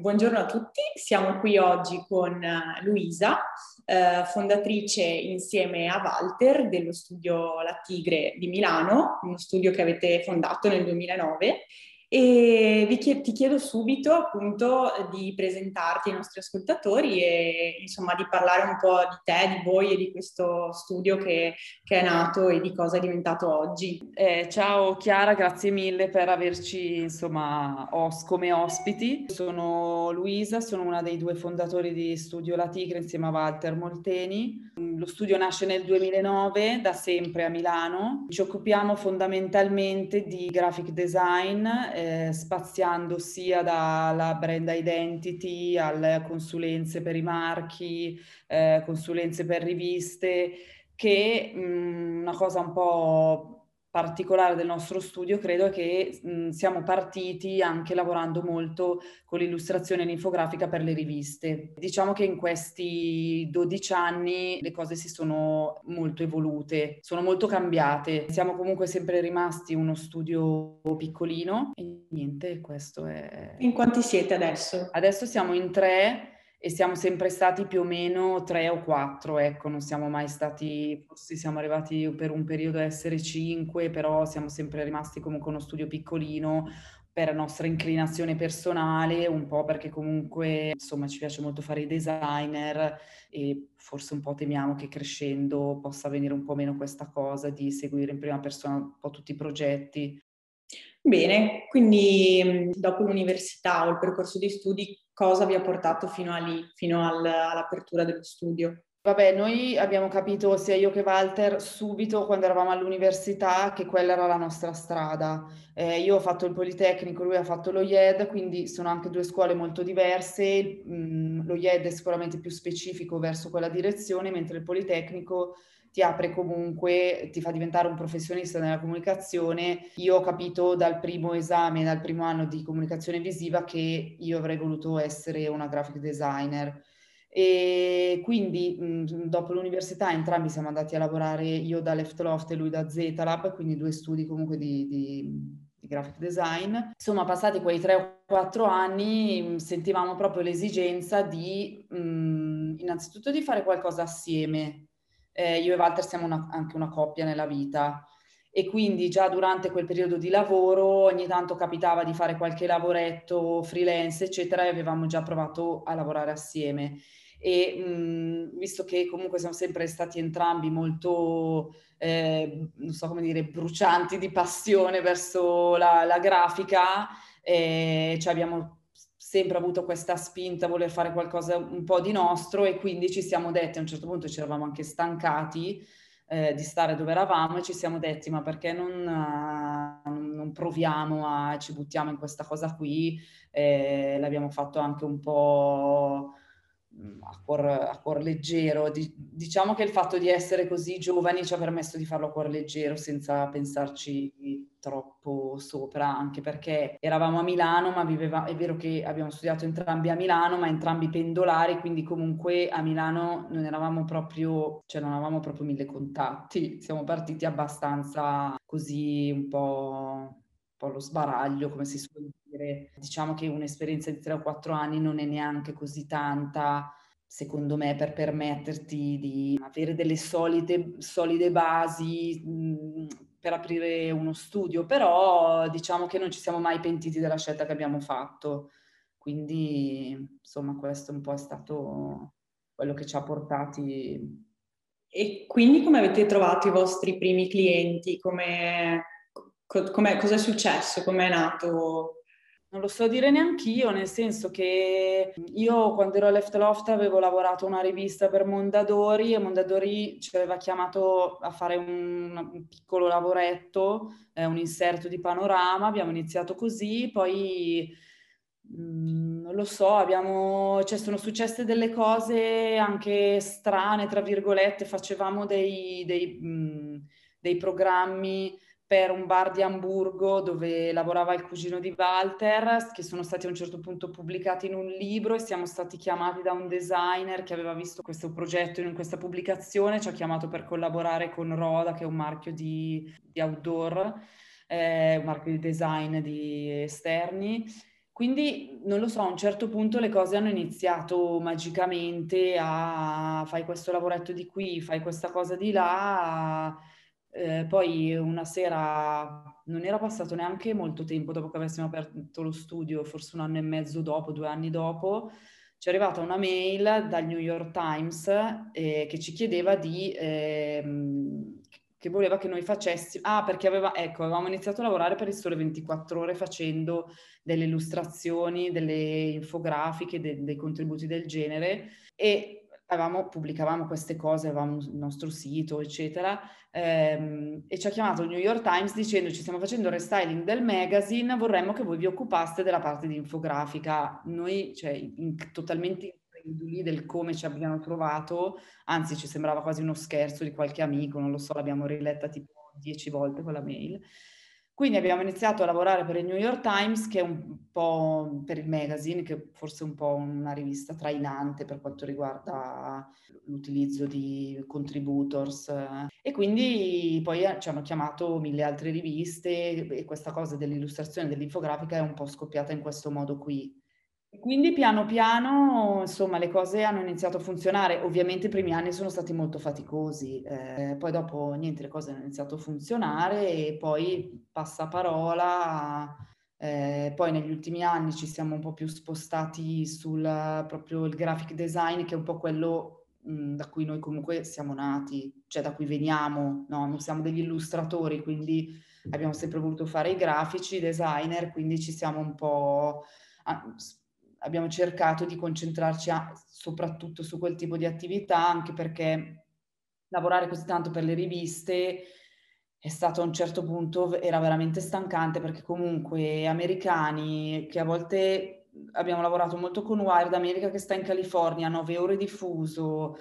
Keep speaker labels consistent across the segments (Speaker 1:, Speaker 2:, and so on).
Speaker 1: Buongiorno a tutti, siamo qui oggi con Luisa, fondatrice insieme a Walter dello studio La Tigre di Milano, uno studio che avete fondato nel 2009 e ti chiedo subito appunto di presentarti ai nostri ascoltatori e insomma di parlare un po' di te, di voi e di questo studio che è nato e di cosa è diventato oggi.
Speaker 2: Ciao Chiara, grazie mille per averci come ospiti. Sono Luisa, sono una dei due fondatori di Studio La Tigre insieme a Walter Molteni. Lo studio nasce nel 2009, da sempre a Milano. Ci occupiamo fondamentalmente di graphic design, spaziando sia dalla brand identity alle consulenze per i marchi, consulenze per riviste, che una cosa un po' particolare del nostro studio credo è che siamo partiti anche lavorando molto con l'illustrazione e l'infografica per le riviste. Diciamo che in questi 12 anni le cose si sono molto evolute, sono molto cambiate. Siamo comunque sempre rimasti uno studio piccolino e niente, questo è...
Speaker 1: In quanti siete adesso?
Speaker 2: Adesso siamo in 3 e siamo sempre stati più o meno 3 o 4, ecco, non siamo mai stati, forse siamo arrivati per un periodo a essere 5, però siamo sempre rimasti comunque uno studio piccolino per nostra inclinazione personale, un po' perché comunque insomma ci piace molto fare i designer e forse un po' temiamo che crescendo possa venire un po' meno questa cosa di seguire in prima persona un po' tutti i progetti.
Speaker 1: Bene, quindi dopo l'università o il percorso di studi, cosa vi ha portato fino a lì, all'apertura dello studio?
Speaker 2: Vabbè, noi abbiamo capito, sia io che Walter, subito quando eravamo all'università che quella era la nostra strada. Io ho fatto il Politecnico, lui ha fatto lo IED, quindi sono anche due scuole molto diverse. Lo IED è sicuramente più specifico verso quella direzione, mentre il Politecnico ti apre comunque, ti fa diventare un professionista nella comunicazione. Io ho capito dal primo esame, dal primo anno di comunicazione visiva, che io avrei voluto essere una graphic designer. E quindi dopo l'università entrambi siamo andati a lavorare, io da Left Loft e lui da Zetalab, quindi due studi comunque di graphic design. Insomma, passati quei 3 o 4 anni sentivamo proprio l'esigenza di innanzitutto di fare qualcosa assieme. Io e Walter siamo anche una coppia nella vita e quindi già durante quel periodo di lavoro ogni tanto capitava di fare qualche lavoretto freelance, eccetera, e avevamo già provato a lavorare assieme. E visto che comunque siamo sempre stati entrambi molto, non so come dire, brucianti di passione verso la grafica, cioè abbiamo sempre avuto questa spinta a voler fare qualcosa un po' di nostro e quindi ci siamo detti, a un certo punto ci eravamo anche stancati di stare dove eravamo e ci siamo detti ma perché non proviamo ci buttiamo in questa cosa qui, l'abbiamo fatto anche un po' a cuor leggero. Diciamo che il fatto di essere così giovani ci ha permesso di farlo a cuor leggero senza pensarci troppo sopra, anche perché eravamo a Milano, ma è vero che abbiamo studiato entrambi a Milano, ma entrambi pendolari, quindi comunque a Milano non eravamo proprio, cioè non avevamo proprio mille contatti, siamo partiti abbastanza così un po' allo sbaraglio, come si suol dire. Diciamo che un'esperienza di 3 o 4 anni non è neanche così tanta, secondo me, per permetterti di avere delle solide basi per aprire uno studio, però diciamo che non ci siamo mai pentiti della scelta che abbiamo fatto. Quindi, insomma, questo un po' è stato quello che ci ha portati.
Speaker 1: E quindi come avete trovato i vostri primi clienti? Cosa è successo? Come è nato?
Speaker 2: Non lo so dire neanch'io, nel senso che io quando ero a Left Loft avevo lavorato a una rivista per Mondadori e Mondadori ci aveva chiamato a fare un piccolo lavoretto, un inserto di panorama, abbiamo iniziato così, poi non lo so, cioè sono successe delle cose anche strane, tra virgolette, facevamo dei programmi per un bar di Amburgo dove lavorava il cugino di Walter, che sono stati a un certo punto pubblicati in un libro e siamo stati chiamati da un designer che aveva visto questo progetto in questa pubblicazione, ci ha chiamato per collaborare con Roda, che è un marchio di outdoor, un marchio di design di esterni. Quindi, non lo so, a un certo punto le cose hanno iniziato magicamente a fai questo lavoretto di qui, fai questa cosa di là. Poi una sera, non era passato neanche molto tempo dopo che avessimo aperto lo studio, forse un anno e mezzo dopo, 2 anni dopo, ci è arrivata una mail dal New York Times che ci chiedeva che voleva che noi facessimo. Ah, perché ecco, avevamo iniziato a lavorare per il Sole 24 Ore facendo delle illustrazioni, delle infografiche, dei contributi del genere e pubblicavamo queste cose, avevamo il nostro sito, eccetera, e ci ha chiamato il New York Times dicendoci stiamo facendo il restyling del magazine, vorremmo che voi vi occupaste della parte di infografica. Noi, cioè, totalmente increduli del come ci abbiano trovato, anzi ci sembrava quasi uno scherzo di qualche amico, non lo so, l'abbiamo riletta tipo 10 volte quella mail. Quindi abbiamo iniziato a lavorare per il New York Times, che è un po' per il magazine, che forse è un po' una rivista trainante per quanto riguarda l'utilizzo di contributors. E quindi poi ci hanno chiamato 1000 altre riviste e questa cosa dell'illustrazione, dell'infografica è un po' scoppiata in questo modo qui. Quindi piano piano, insomma, le cose hanno iniziato a funzionare. Ovviamente i primi anni sono stati molto faticosi, poi dopo niente, le cose hanno iniziato a funzionare e poi passaparola. Poi negli ultimi anni ci siamo un po' più spostati sul proprio il graphic design, che è un po' quello da cui noi comunque siamo nati, cioè da cui veniamo, no? Non siamo degli illustratori, quindi abbiamo sempre voluto fare i grafici, i designer, quindi ci siamo un po' abbiamo cercato di concentrarci soprattutto su quel tipo di attività, anche perché lavorare così tanto per le riviste è stato a un certo punto, era veramente stancante, perché comunque americani che a volte abbiamo lavorato molto con Wired America che sta in California, 9 ore di fuso,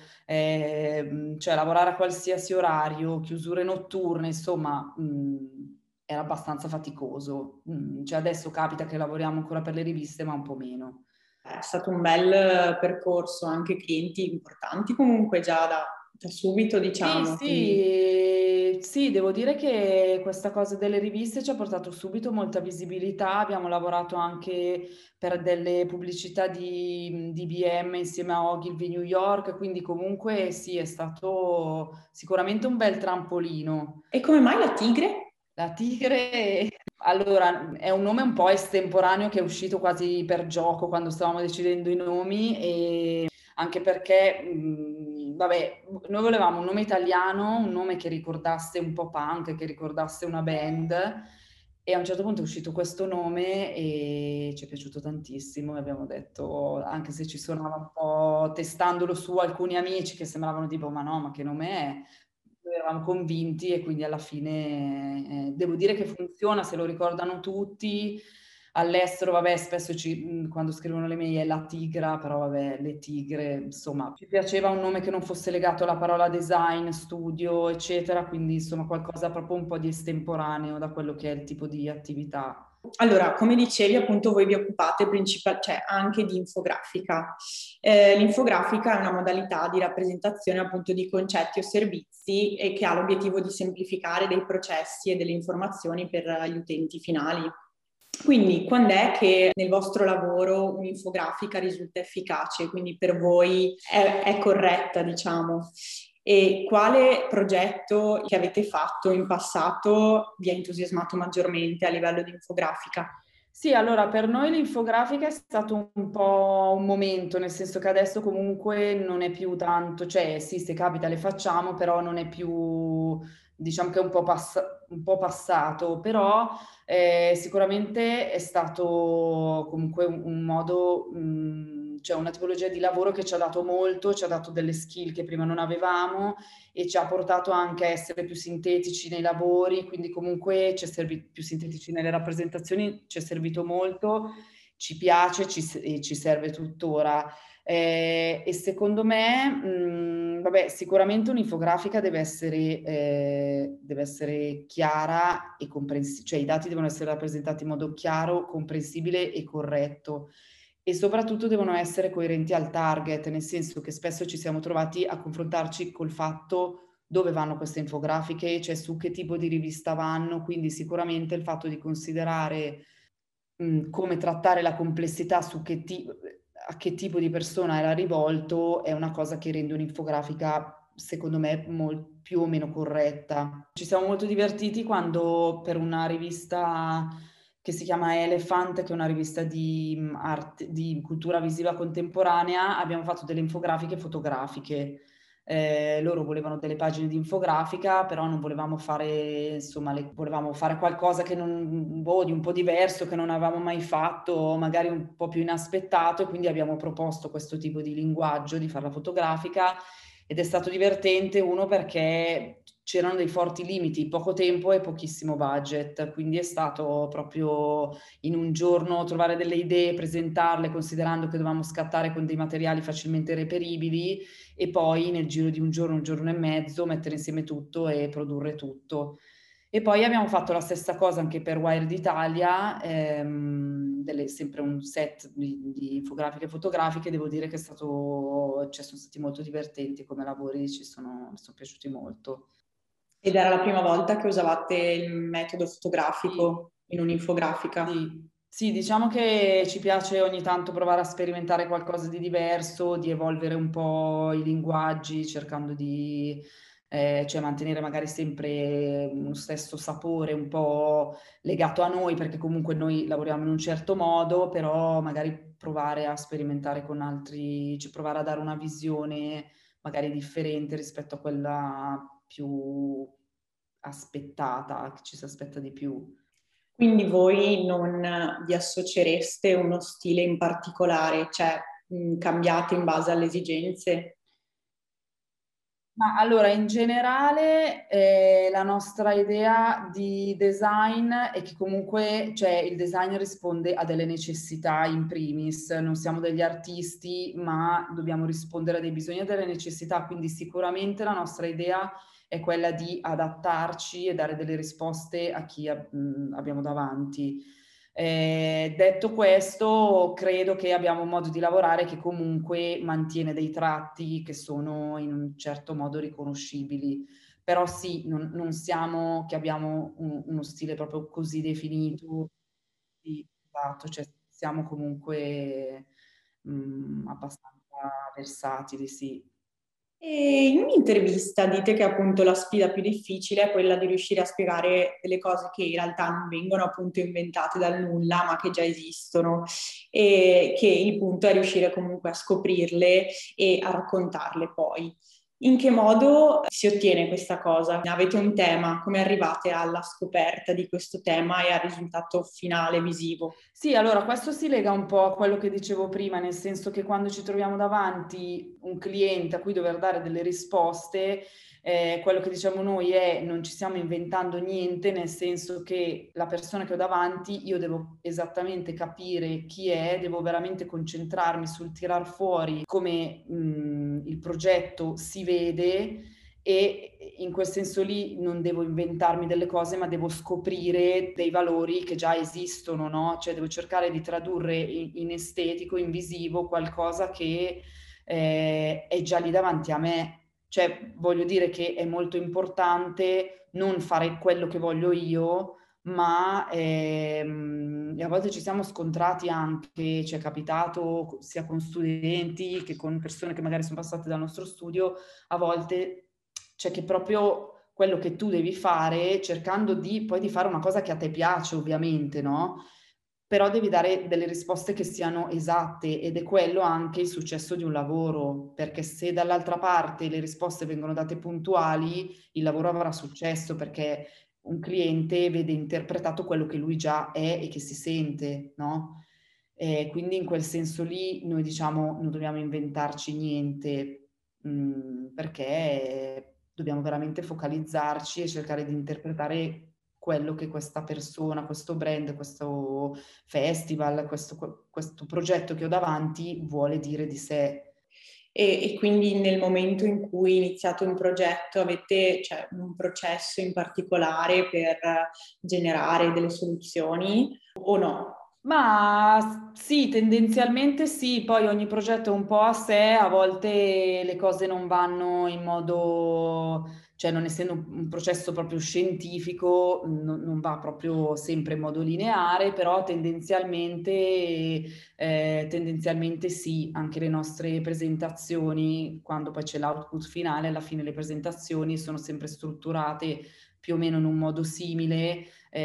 Speaker 2: cioè lavorare a qualsiasi orario, chiusure notturne, insomma, era abbastanza faticoso. Cioè adesso capita che lavoriamo ancora per le riviste, ma un po' meno.
Speaker 1: È stato un bel percorso, anche clienti importanti comunque già da subito,
Speaker 2: Sì,
Speaker 1: diciamo, quindi
Speaker 2: sì, sì, devo dire che questa cosa delle riviste ci ha portato subito molta visibilità. Abbiamo lavorato anche per delle pubblicità di IBM insieme a Ogilvy New York, quindi comunque sì, è stato sicuramente un bel trampolino.
Speaker 1: E come mai la tigre?
Speaker 2: La tigre, allora, è un nome un po' estemporaneo che è uscito quasi per gioco quando stavamo decidendo i nomi e anche perché, vabbè, noi volevamo un nome italiano, un nome che ricordasse un po' punk, che ricordasse una band e a un certo punto è uscito questo nome e ci è piaciuto tantissimo e abbiamo detto, anche se ci suonava un po' testandolo su alcuni amici che sembravano tipo, ma no, ma che nome è? Noi eravamo convinti e quindi alla fine devo dire che funziona, se lo ricordano tutti. All'estero, vabbè, spesso quando scrivono le mail è la tigra, però vabbè, le tigre, insomma, ci piaceva un nome che non fosse legato alla parola design, studio, eccetera, quindi insomma qualcosa proprio un po' di estemporaneo da quello che è il tipo di attività.
Speaker 1: Allora, come dicevi, appunto, voi vi occupate cioè anche di infografica. L'infografica è una modalità di rappresentazione appunto di concetti o servizi e che ha l'obiettivo di semplificare dei processi e delle informazioni per gli utenti finali. Quindi, quando è che nel vostro lavoro un'infografica risulta efficace, quindi per voi è corretta, diciamo? E quale progetto che avete fatto in passato vi ha entusiasmato maggiormente a livello di infografica?
Speaker 2: Sì, allora per noi l'infografica è stato un po' un momento, nel senso che adesso comunque non è più tanto, cioè sì, se capita le facciamo, però non è più, diciamo che è un po' passato, però sicuramente è stato comunque un modo, cioè una tipologia di lavoro che ci ha dato molto, ci ha dato delle skill che prima non avevamo e ci ha portato anche a essere più sintetici nei lavori, quindi comunque più sintetici nelle rappresentazioni, ci è servito molto, ci piace e ci serve tuttora. E secondo me, vabbè, sicuramente un'infografica deve essere chiara e comprensibile, cioè i dati devono essere rappresentati in modo chiaro, comprensibile e corretto. E soprattutto devono essere coerenti al target, nel senso che spesso ci siamo trovati a confrontarci col fatto dove vanno queste infografiche, cioè su che tipo di rivista vanno, quindi sicuramente il fatto di considerare come trattare la complessità a che tipo di persona era rivolto è una cosa che rende un'infografica, secondo me, più o meno corretta. Ci siamo molto divertiti quando per una rivista che si chiama Elephant, che è una rivista di cultura visiva contemporanea, abbiamo fatto delle infografiche fotografiche. Loro volevano delle pagine di infografica, però non volevamo fare, insomma, volevamo fare qualcosa che di un po' diverso, che non avevamo mai fatto, magari un po' più inaspettato, e quindi abbiamo proposto questo tipo di linguaggio, di farla fotografica, ed è stato divertente, uno perché c'erano dei forti limiti, poco tempo e pochissimo budget, quindi è stato proprio in un giorno trovare delle idee, presentarle, considerando che dovevamo scattare con dei materiali facilmente reperibili, e poi nel giro di un giorno e mezzo, mettere insieme tutto e produrre tutto. E poi abbiamo fatto la stessa cosa anche per Wired Italia, sempre un set di infografiche e fotografiche. Devo dire che sono stati molto divertenti come lavori, mi sono piaciuti molto.
Speaker 1: Ed era la prima volta che usavate il metodo
Speaker 2: Sì.
Speaker 1: fotografico in un'infografica?
Speaker 2: Sì, sì, diciamo che ci piace ogni tanto provare a sperimentare qualcosa di diverso, di evolvere un po' i linguaggi, cercando di cioè mantenere magari sempre uno stesso sapore un po' legato a noi, perché comunque noi lavoriamo in un certo modo, però magari provare a sperimentare con altri, cioè provare a dare una visione magari differente rispetto a quella più aspettata, che ci si aspetta di più.
Speaker 1: Quindi voi non vi associereste uno stile in particolare, cioè cambiate in base alle esigenze?
Speaker 2: Ma allora, in generale, la nostra idea di design è che comunque, cioè, il design risponde a delle necessità in primis. Non siamo degli artisti, ma dobbiamo rispondere a dei bisogni e delle necessità. Quindi sicuramente la nostra idea è quella di adattarci e dare delle risposte a chi abbiamo davanti. Detto questo, credo che abbiamo un modo di lavorare che comunque mantiene dei tratti che sono in un certo modo riconoscibili. Però sì, non siamo che abbiamo uno stile proprio così definito. Sì, esatto, cioè siamo comunque abbastanza versatili, sì.
Speaker 1: E in un'intervista dite che appunto la sfida più difficile è quella di riuscire a spiegare delle cose che in realtà non vengono appunto inventate dal nulla, ma che già esistono, e che il punto è riuscire comunque a scoprirle e a raccontarle poi. In che modo si ottiene questa cosa? Avete un tema, come arrivate alla scoperta di questo tema e al risultato finale visivo?
Speaker 2: Sì, allora questo si lega un po' a quello che dicevo prima, nel senso che quando ci troviamo davanti un cliente a cui dover dare delle risposte, quello che diciamo noi è non ci stiamo inventando niente, nel senso che la persona che ho davanti io devo esattamente capire chi è, devo veramente concentrarmi sul tirar fuori come il progetto si vede, e in quel senso lì non devo inventarmi delle cose, ma devo scoprire dei valori che già esistono, no? Cioè devo cercare di tradurre in estetico, in visivo, qualcosa che è già lì davanti a me. Cioè voglio dire che è molto importante non fare quello che voglio io, ma e a volte ci siamo scontrati anche, ci è capitato sia con studenti che con persone che magari sono passate dal nostro studio, a volte cioè che proprio quello che tu devi fare, cercando poi di fare una cosa che a te piace, ovviamente, no? Però devi dare delle risposte che siano esatte, ed è quello anche il successo di un lavoro, perché se dall'altra parte le risposte vengono date puntuali, il lavoro avrà successo, perché un cliente vede interpretato quello che lui già è e che si sente, no? E quindi in quel senso lì noi diciamo non dobbiamo inventarci niente, perché dobbiamo veramente focalizzarci e cercare di interpretare quello che questa persona, questo brand, questo festival, questo progetto che ho davanti vuole dire di sé.
Speaker 1: E quindi nel momento in cui iniziate un progetto avete, cioè, un processo in particolare per generare delle soluzioni o no?
Speaker 2: Ma sì, tendenzialmente sì, poi ogni progetto è un po' a sé, a volte le cose non vanno in modo cioè non essendo un processo proprio scientifico, non va proprio sempre in modo lineare, però tendenzialmente sì, anche le nostre presentazioni, quando poi c'è l'output finale, alla fine le presentazioni sono sempre strutturate più o meno in un modo simile,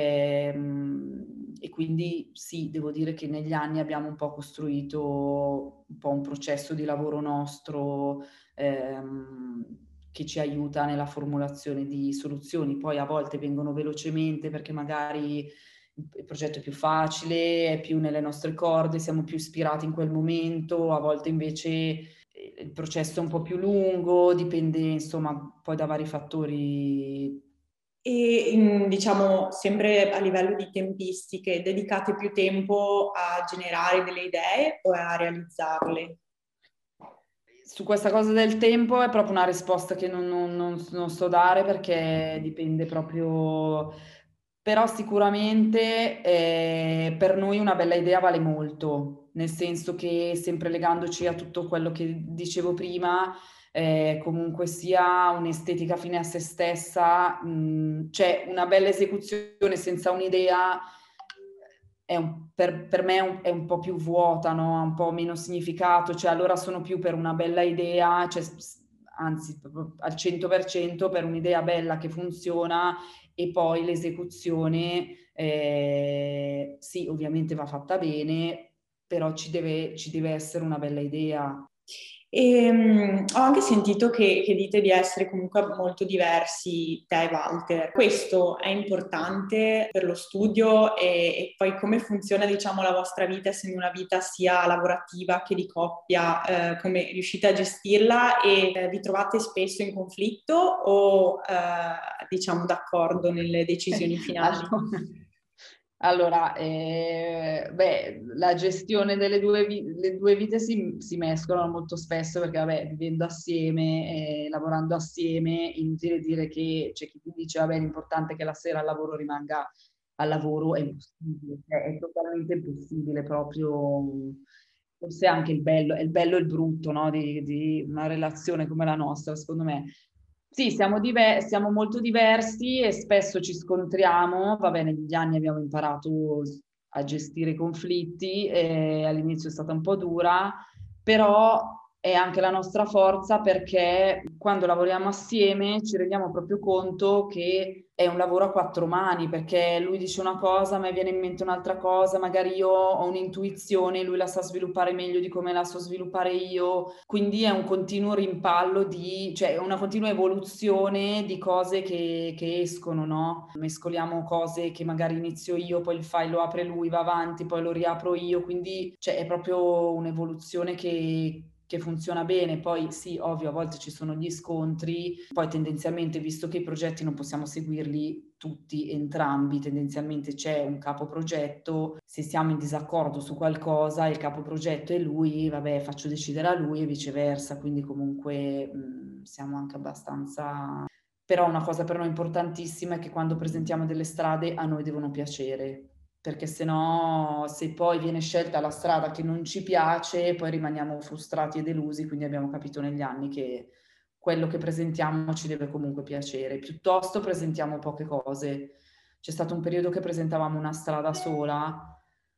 Speaker 2: e quindi sì, devo dire che negli anni abbiamo un po' costruito un po' un processo di lavoro nostro, che ci aiuta nella formulazione di soluzioni. Poi a volte vengono velocemente perché magari il progetto è più facile, è più nelle nostre corde, siamo più ispirati in quel momento, a volte invece il processo è un po' più lungo, dipende insomma poi da vari fattori.
Speaker 1: E diciamo, sempre a livello di tempistiche, dedicate più tempo a generare delle idee o a realizzarle?
Speaker 2: Su questa cosa del tempo è proprio una risposta che non so dare perché dipende proprio, però sicuramente per noi una bella idea vale molto, nel senso che sempre legandoci a tutto quello che dicevo prima, comunque sia un'estetica fine a se stessa, cioè una bella esecuzione senza un'idea per me è un po' più vuota, no? Ha un po' meno significato, cioè allora sono più per una bella idea, cioè, anzi al 100% per un'idea bella che funziona e poi l'esecuzione, sì, ovviamente va fatta bene, però ci deve essere una bella idea.
Speaker 1: E, ho anche sentito che dite di essere comunque molto diversi, te e Walter. Questo è importante per lo studio e poi come funziona, diciamo, la vostra vita, essendo una vita sia lavorativa che di coppia, come riuscite a gestirla e vi trovate spesso in conflitto o, diciamo, d'accordo nelle decisioni finali?
Speaker 2: Allora, beh, la gestione delle le due vite si mescolano molto spesso perché, vabbè, vivendo assieme, lavorando assieme, inutile dire che c'è chi ti dice, vabbè, l'importante è che la sera al lavoro rimanga al lavoro, è impossibile, cioè, è totalmente impossibile proprio. Forse anche è il bello e il brutto, no, di una relazione come la nostra, secondo me. Sì, siamo molto diversi e spesso ci scontriamo. Va bene, negli anni abbiamo imparato a gestire i conflitti, e all'inizio è stata un po' dura, però è anche la nostra forza perché quando lavoriamo assieme ci rendiamo proprio conto che è un lavoro a quattro mani, perché lui dice una cosa, a me viene in mente un'altra cosa, magari io ho un'intuizione, lui la sa sviluppare meglio di come la so sviluppare io, quindi è un continuo rimpallo cioè una continua evoluzione di cose che escono, no? Mescoliamo cose che magari inizio io, poi il file lo apre lui, va avanti, poi lo riapro io, quindi cioè, è proprio un'evoluzione che funziona bene. Poi sì, ovvio, a volte ci sono gli scontri, poi tendenzialmente, visto che i progetti non possiamo seguirli tutti, entrambi, tendenzialmente c'è un capo progetto, se siamo in disaccordo su qualcosa, il capo progetto è lui, vabbè, faccio decidere a lui e viceversa, quindi comunque siamo anche abbastanza. Però una cosa per noi importantissima è che quando presentiamo delle strade a noi devono piacere, perché se no, se poi viene scelta la strada che non ci piace, poi rimaniamo frustrati e delusi, quindi abbiamo capito negli anni che quello che presentiamo ci deve comunque piacere, piuttosto presentiamo poche cose. C'è stato un periodo che presentavamo una strada sola,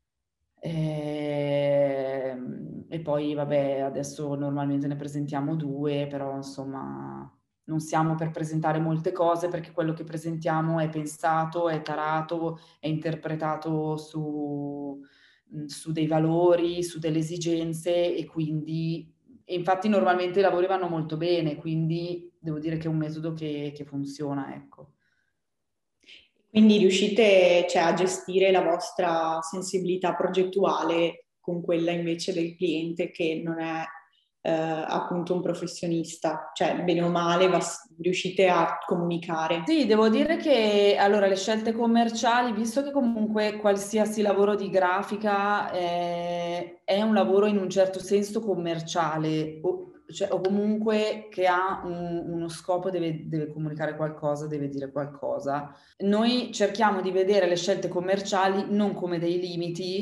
Speaker 2: e poi vabbè, adesso normalmente ne presentiamo due, però insomma non siamo per presentare molte cose perché quello che presentiamo è pensato, è tarato, è interpretato su dei valori, su delle esigenze e quindi, e infatti normalmente i lavori vanno molto bene, quindi devo dire che è un metodo che funziona, ecco.
Speaker 1: Quindi riuscite, cioè, a gestire la vostra sensibilità progettuale con quella invece del cliente che non è appunto un professionista, cioè bene o male riuscite a comunicare.
Speaker 2: Sì, devo dire che allora le scelte commerciali, visto che comunque qualsiasi lavoro di grafica è un lavoro in un certo senso commerciale, o comunque che ha uno scopo, deve comunicare qualcosa, deve dire qualcosa. Noi cerchiamo di vedere le scelte commerciali non come dei limiti,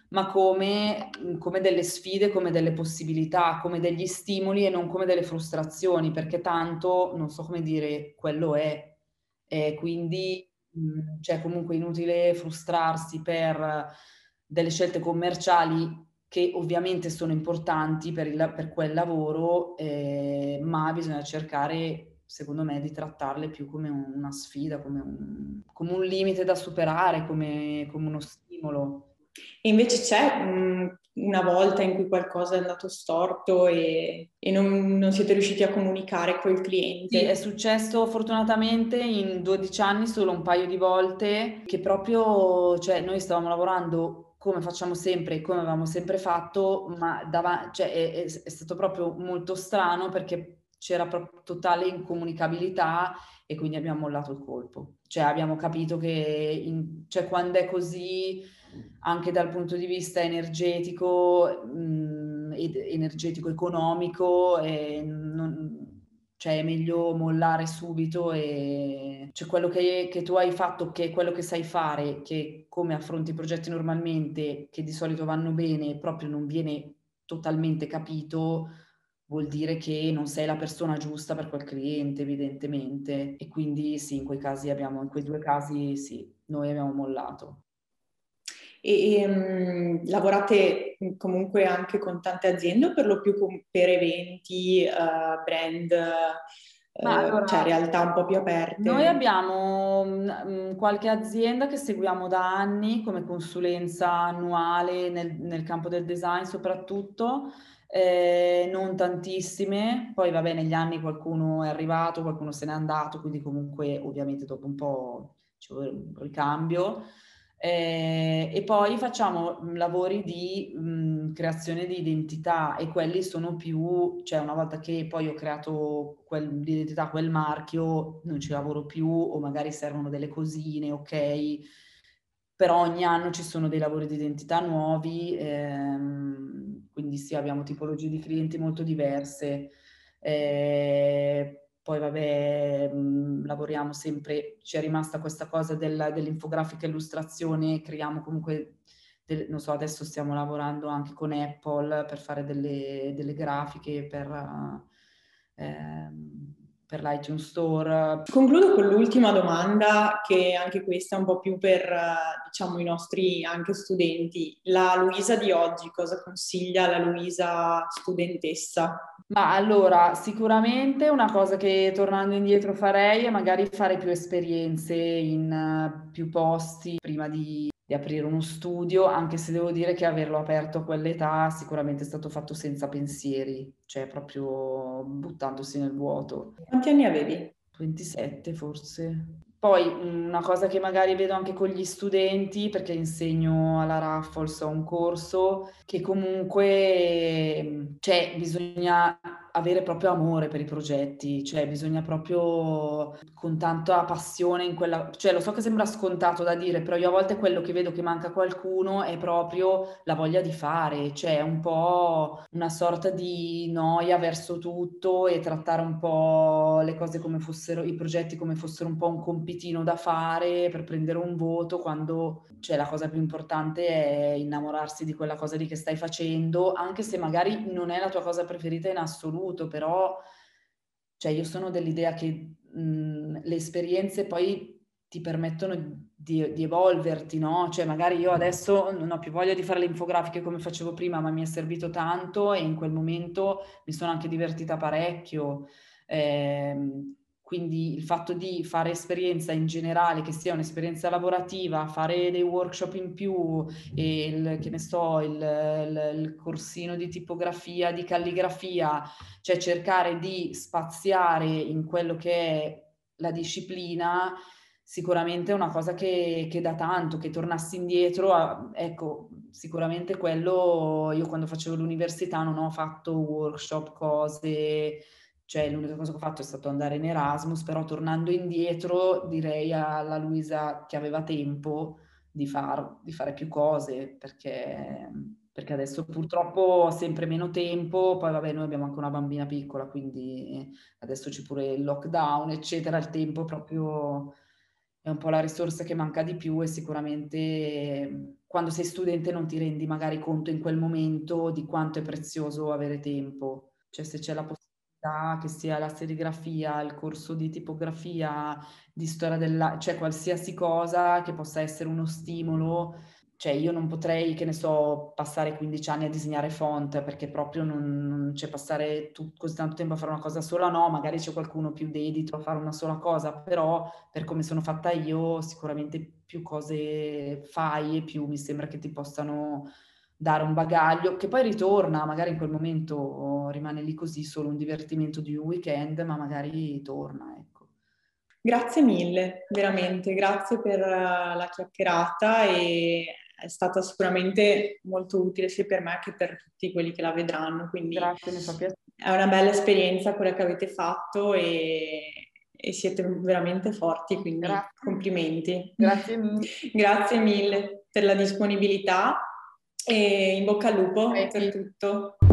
Speaker 2: ma come delle sfide, come delle possibilità, come degli stimoli e non come delle frustrazioni, perché tanto, non so come dire, quello è. Quindi cioè comunque inutile frustrarsi per delle scelte commerciali che ovviamente sono importanti per quel lavoro, ma bisogna cercare, secondo me, di trattarle più come una sfida, come un limite da superare, come uno stimolo.
Speaker 1: E invece c'è una volta in cui qualcosa è andato storto e non siete riusciti a comunicare col
Speaker 2: Sì, è
Speaker 1: cliente?
Speaker 2: successo fortunatamente in 12 anni solo un paio di volte che proprio, cioè noi stavamo lavorando come facciamo sempre, come avevamo sempre fatto, ma cioè, è stato proprio molto strano perché c'era proprio totale incomunicabilità e quindi abbiamo mollato il colpo. Cioè abbiamo capito che cioè, quando è così, anche dal punto di vista energetico, ed energetico economico, cioè è meglio mollare subito e cioè quello che tu hai fatto, che è quello che sai fare, che come affronti i progetti normalmente, che di solito vanno bene, proprio non viene totalmente capito, vuol dire che non sei la persona giusta per quel cliente, evidentemente. E quindi sì, in quei due casi sì, noi abbiamo mollato.
Speaker 1: Lavorate comunque anche con tante aziende o per lo più per eventi, brand,
Speaker 2: Ma
Speaker 1: cioè
Speaker 2: allora,
Speaker 1: realtà un po' più
Speaker 2: noi
Speaker 1: aperte?
Speaker 2: abbiamo qualche azienda che seguiamo da anni come consulenza annuale nel campo del design soprattutto, non tantissime, poi vabbè negli anni qualcuno è arrivato, qualcuno se n'è andato, quindi comunque ovviamente dopo un po' ci vuole un ricambio. E poi facciamo lavori di creazione di identità e quelli sono più, cioè una volta che poi ho creato l'identità, quel marchio, non ci lavoro più o magari servono delle cosine, ok? Però ogni anno ci sono dei lavori di identità nuovi, quindi sì, abbiamo tipologie di clienti molto diverse. Poi vabbè, lavoriamo sempre, ci è rimasta questa cosa dell'infografica illustrazione, creiamo comunque, non so, adesso stiamo lavorando anche con Apple per fare delle grafiche per l'iTunes Store.
Speaker 1: Concludo con l'ultima domanda, che anche questa è un po' più per, diciamo, i nostri anche studenti. La Luisa di oggi cosa consiglia alla Luisa studentessa?
Speaker 2: Ma allora, sicuramente una cosa che tornando indietro farei è magari fare più esperienze in più posti prima di aprire uno studio, anche se devo dire che averlo aperto a quell'età sicuramente è stato fatto senza pensieri, cioè proprio buttandosi nel vuoto.
Speaker 1: Quanti anni avevi?
Speaker 2: 27 forse. Poi una cosa che magari vedo anche con gli studenti, perché insegno alla Raffles, ho un corso, che comunque, cioè, bisogna avere proprio amore per i progetti, cioè bisogna proprio con tanta passione in quella, cioè lo so che sembra scontato da dire, però io a volte quello che vedo che manca a qualcuno è proprio la voglia di fare, cioè un po' una sorta di noia verso tutto e trattare un po' le cose come fossero, i progetti come fossero un po' un compitino da fare per prendere un voto, quando cioè, la cosa più importante è innamorarsi di quella cosa lì che stai facendo, anche se magari non è la tua cosa preferita in assoluto, però cioè, io sono dell'idea che le esperienze poi ti permettono di evolverti, no? Cioè magari io adesso non ho più voglia di fare le infografiche come facevo prima, ma mi è servito tanto e in quel momento mi sono anche divertita parecchio. Quindi il fatto di fare esperienza in generale, che sia un'esperienza lavorativa, fare dei workshop in più, e che ne so, il corsino di tipografia, di calligrafia, cioè cercare di spaziare in quello che è la disciplina, sicuramente è una cosa che dà tanto, che tornassi indietro, ecco, sicuramente quello, io quando facevo l'università non ho fatto workshop, cose, cioè l'unica cosa che ho fatto è stato andare in Erasmus, però tornando indietro direi alla Luisa che aveva tempo di fare più cose, perché adesso purtroppo ho sempre meno tempo, poi vabbè noi abbiamo anche una bambina piccola, quindi adesso c'è pure il lockdown, eccetera, il tempo proprio è un po' la risorsa che manca di più, e sicuramente quando sei studente non ti rendi magari conto in quel momento di quanto è prezioso avere tempo. Cioè se c'è la possibilità che sia la serigrafia, il corso di tipografia, di storia cioè qualsiasi cosa che possa essere uno stimolo. Cioè io non potrei, che ne so, passare 15 anni a disegnare font, perché proprio non c'è, passare così tanto tempo a fare una cosa sola, no, magari c'è qualcuno più dedito a fare una sola cosa, però per come sono fatta io, sicuramente più cose fai e più mi sembra che ti possano dare un bagaglio, che poi ritorna, magari in quel momento rimane lì così solo un divertimento di un weekend, ma magari torna, ecco.
Speaker 1: Grazie mille, veramente, grazie per la chiacchierata e è stata sicuramente molto utile sia per me che per tutti quelli che la vedranno, quindi
Speaker 2: Grazie, mi fa piacere.
Speaker 1: è una bella esperienza quella che avete fatto e siete veramente forti, quindi
Speaker 2: Grazie.
Speaker 1: complimenti.
Speaker 2: Grazie mille.
Speaker 1: Grazie mille per la disponibilità e in bocca al lupo per tutto.